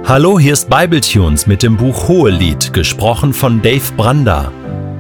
Hallo, hier ist Bibletunes mit dem Buch Hohelied, gesprochen von Dave Branda.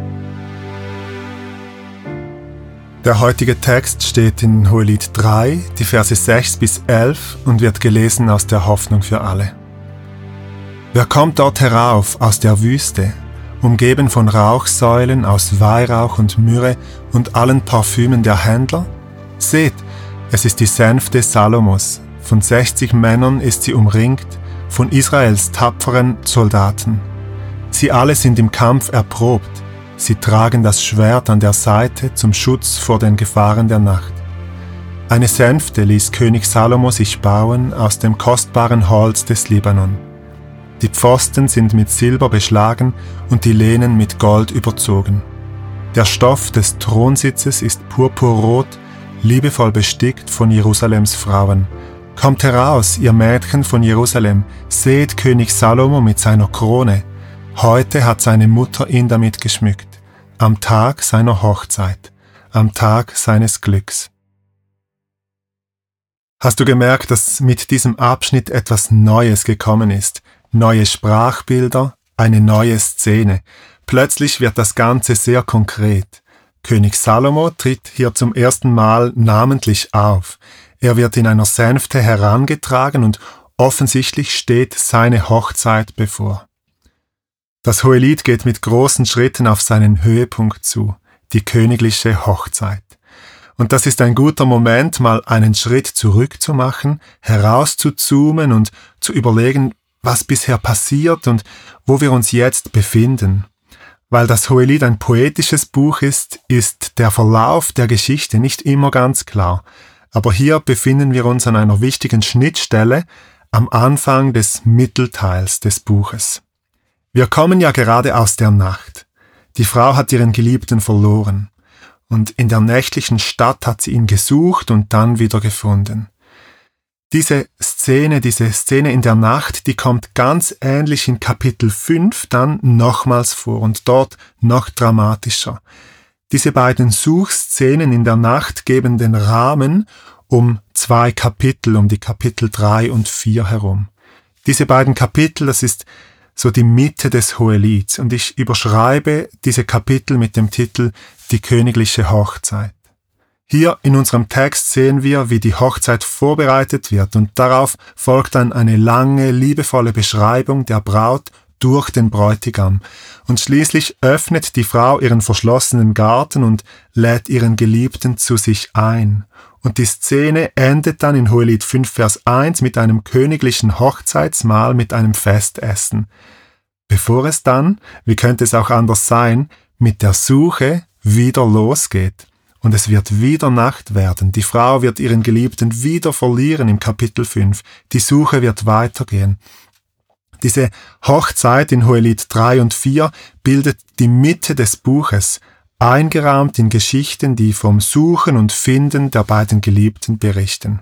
Der heutige Text steht in Hohelied 3, die Verse 6 bis 11 und wird gelesen aus der Hoffnung für alle. Wer kommt dort herauf aus der Wüste, umgeben von Rauchsäulen aus Weihrauch und Myrrhe und allen Parfümen der Händler? Seht, es ist die Sänfte Salomos, von 60 Männern ist sie umringt, von Israels tapferen Soldaten. Sie alle sind im Kampf erprobt, sie tragen das Schwert an der Seite zum Schutz vor den Gefahren der Nacht. Eine Sänfte ließ König Salomo sich bauen aus dem kostbaren Holz des Libanon. Die Pfosten sind mit Silber beschlagen und die Lehnen mit Gold überzogen. Der Stoff des Thronsitzes ist purpurrot, liebevoll bestickt von Jerusalems Frauen. Kommt heraus, ihr Mädchen von Jerusalem, seht König Salomo mit seiner Krone. Heute hat seine Mutter ihn damit geschmückt, am Tag seiner Hochzeit, am Tag seines Glücks. Hast du gemerkt, dass mit diesem Abschnitt etwas Neues gekommen ist? Neue Sprachbilder, eine neue Szene. Plötzlich wird das Ganze sehr konkret. König Salomo tritt hier zum ersten Mal namentlich auf. Er wird in einer Sänfte herangetragen und offensichtlich steht seine Hochzeit bevor. Das Hohelied geht mit großen Schritten auf seinen Höhepunkt zu, die königliche Hochzeit. Und das ist ein guter Moment, mal einen Schritt zurückzumachen, herauszuzoomen und zu überlegen, was bisher passiert und wo wir uns jetzt befinden. Weil das Hohelied ein poetisches Buch ist der Verlauf der Geschichte nicht immer ganz klar. Aber hier befinden wir uns an einer wichtigen Schnittstelle am Anfang des Mittelteils des Buches. Wir kommen ja gerade aus der Nacht. Die Frau hat ihren Geliebten verloren. Und in der nächtlichen Stadt hat sie ihn gesucht und dann wieder gefunden. Diese Szene in der Nacht, die kommt ganz ähnlich in Kapitel 5 dann nochmals vor und dort noch dramatischer. Diese beiden Suchszenen in der Nacht geben den Rahmen um 2 Kapitel, um die Kapitel 3 und 4 herum. Diese beiden Kapitel, das ist so die Mitte des Hohelieds und ich überschreibe diese Kapitel mit dem Titel Die königliche Hochzeit. Hier in unserem Text sehen wir, wie die Hochzeit vorbereitet wird und darauf folgt dann eine lange, liebevolle Beschreibung der Braut durch den Bräutigam. Und schließlich öffnet die Frau ihren verschlossenen Garten und lädt ihren Geliebten zu sich ein. Und die Szene endet dann in Hohelied 5, Vers 1 mit einem königlichen Hochzeitsmahl, mit einem Festessen. Bevor es dann, wie könnte es auch anders sein, mit der Suche wieder losgeht. Und es wird wieder Nacht werden. Die Frau wird ihren Geliebten wieder verlieren im Kapitel 5. Die Suche wird weitergehen. Diese Hochzeit in Hohelied 3 und 4 bildet die Mitte des Buches, eingerahmt in Geschichten, die vom Suchen und Finden der beiden Geliebten berichten.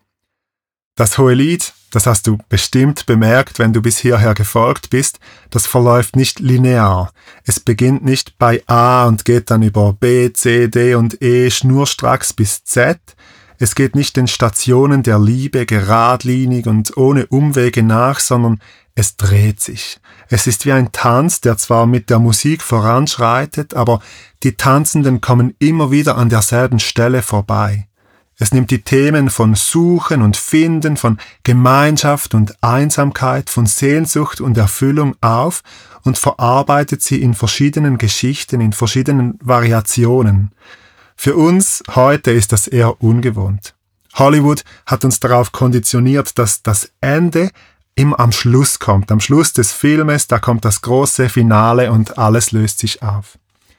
Das Hohelied, das hast du bestimmt bemerkt, wenn du bis hierher gefolgt bist, das verläuft nicht linear. Es beginnt nicht bei A und geht dann über B, C, D und E schnurstracks bis Z. Es geht nicht den Stationen der Liebe geradlinig und ohne Umwege nach, sondern es dreht sich. Es ist wie ein Tanz, der zwar mit der Musik voranschreitet, aber die Tanzenden kommen immer wieder an derselben Stelle vorbei. Es nimmt die Themen von Suchen und Finden, von Gemeinschaft und Einsamkeit, von Sehnsucht und Erfüllung auf und verarbeitet sie in verschiedenen Geschichten, in verschiedenen Variationen. Für uns heute ist das eher ungewohnt. Hollywood hat uns darauf konditioniert, dass das Ende immer am Schluss kommt. Am Schluss des Filmes, da kommt das große Finale und alles löst sich auf.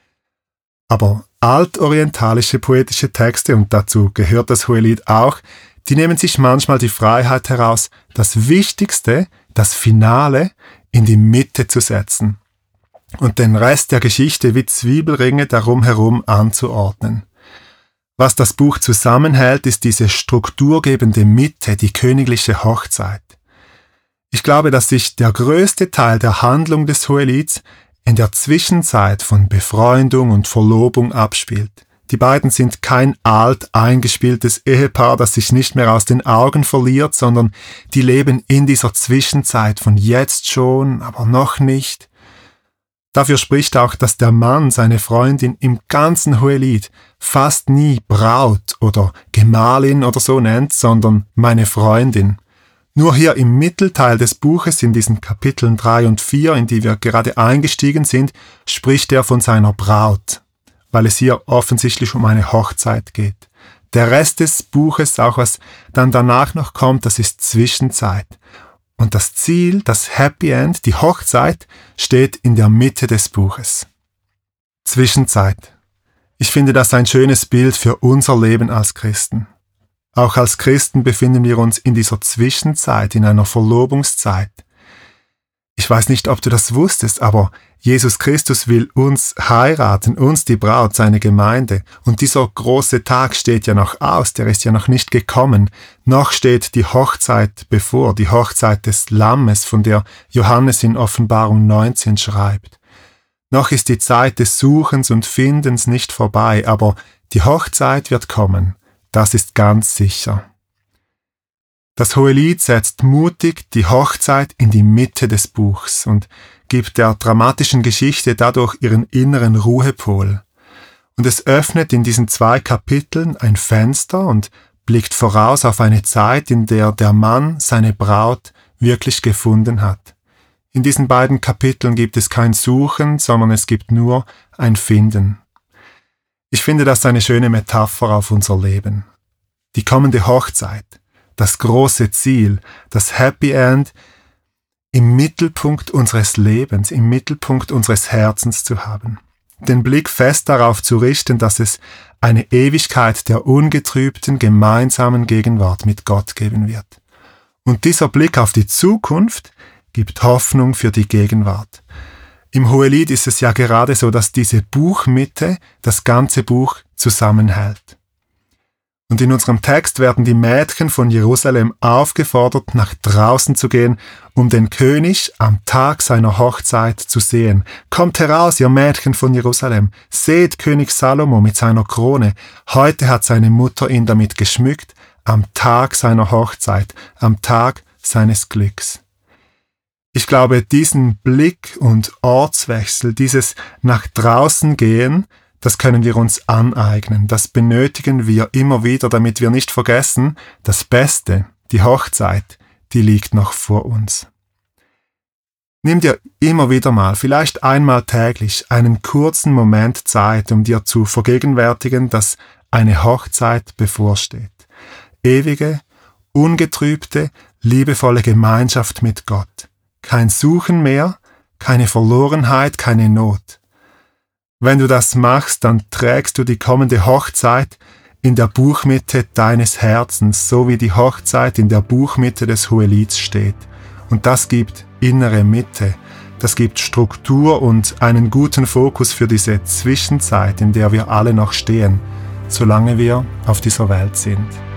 Aber altorientalische poetische Texte, und dazu gehört das Hohelied auch, die nehmen sich manchmal die Freiheit heraus, das Wichtigste, das Finale, in die Mitte zu setzen und den Rest der Geschichte wie Zwiebelringe darum herum anzuordnen. Was das Buch zusammenhält, ist diese strukturgebende Mitte, die königliche Hochzeit. Ich glaube, dass sich der größte Teil der Handlung des Hohelieds in der Zwischenzeit von Befreundung und Verlobung abspielt. Die beiden sind kein alt eingespieltes Ehepaar, das sich nicht mehr aus den Augen verliert, sondern die leben in dieser Zwischenzeit von jetzt schon, aber noch nicht. Dafür spricht auch, dass der Mann seine Freundin im ganzen Hohelied fast nie Braut oder Gemahlin oder so nennt, sondern meine Freundin. Nur hier im Mittelteil des Buches, in diesen Kapiteln 3 und 4, in die wir gerade eingestiegen sind, spricht er von seiner Braut, weil es hier offensichtlich um eine Hochzeit geht. Der Rest des Buches, auch was dann danach noch kommt, das ist Zwischenzeit. Und das Ziel, das Happy End, die Hochzeit, steht in der Mitte des Buches. Zwischenzeit. Ich finde das ein schönes Bild für unser Leben als Christen. Auch als Christen befinden wir uns in dieser Zwischenzeit, in einer Verlobungszeit. Ich weiß nicht, ob du das wusstest, aber Jesus Christus will uns heiraten, uns die Braut, seine Gemeinde. Und dieser große Tag steht ja noch aus, der ist ja noch nicht gekommen. Noch steht die Hochzeit bevor, die Hochzeit des Lammes, von der Johannes in Offenbarung 19 schreibt. Noch ist die Zeit des Suchens und Findens nicht vorbei, aber die Hochzeit wird kommen. Das ist ganz sicher. Das Hohelied setzt mutig die Hochzeit in die Mitte des Buchs und gibt der dramatischen Geschichte dadurch ihren inneren Ruhepol. Und es öffnet in diesen 2 Kapiteln ein Fenster und blickt voraus auf eine Zeit, in der der Mann seine Braut wirklich gefunden hat. In diesen beiden Kapiteln gibt es kein Suchen, sondern es gibt nur ein Finden. Ich finde das eine schöne Metapher auf unser Leben. Die kommende Hochzeit, das große Ziel, das Happy End im Mittelpunkt unseres Lebens, im Mittelpunkt unseres Herzens zu haben. Den Blick fest darauf zu richten, dass es eine Ewigkeit der ungetrübten gemeinsamen Gegenwart mit Gott geben wird. Und dieser Blick auf die Zukunft gibt Hoffnung für die Gegenwart. Im Hohelied ist es ja gerade so, dass diese Buchmitte das ganze Buch zusammenhält. Und in unserem Text werden die Mädchen von Jerusalem aufgefordert, nach draußen zu gehen, um den König am Tag seiner Hochzeit zu sehen. Kommt heraus, ihr Mädchen von Jerusalem, seht König Salomo mit seiner Krone. Heute hat seine Mutter ihn damit geschmückt, am Tag seiner Hochzeit, am Tag seines Glücks. Ich glaube, diesen Blick und Ortswechsel, dieses nach draußen gehen, das können wir uns aneignen. Das benötigen wir immer wieder, damit wir nicht vergessen, das Beste, die Hochzeit, die liegt noch vor uns. Nimm dir immer wieder mal, vielleicht einmal täglich, einen kurzen Moment Zeit, um dir zu vergegenwärtigen, dass eine Hochzeit bevorsteht. Ewige, ungetrübte, liebevolle Gemeinschaft mit Gott. Kein Suchen mehr, keine Verlorenheit, keine Not. Wenn du das machst, dann trägst du die kommende Hochzeit in der Buchmitte deines Herzens, so wie die Hochzeit in der Buchmitte des Hohelieds steht. Und das gibt innere Mitte, das gibt Struktur und einen guten Fokus für diese Zwischenzeit, in der wir alle noch stehen, solange wir auf dieser Welt sind.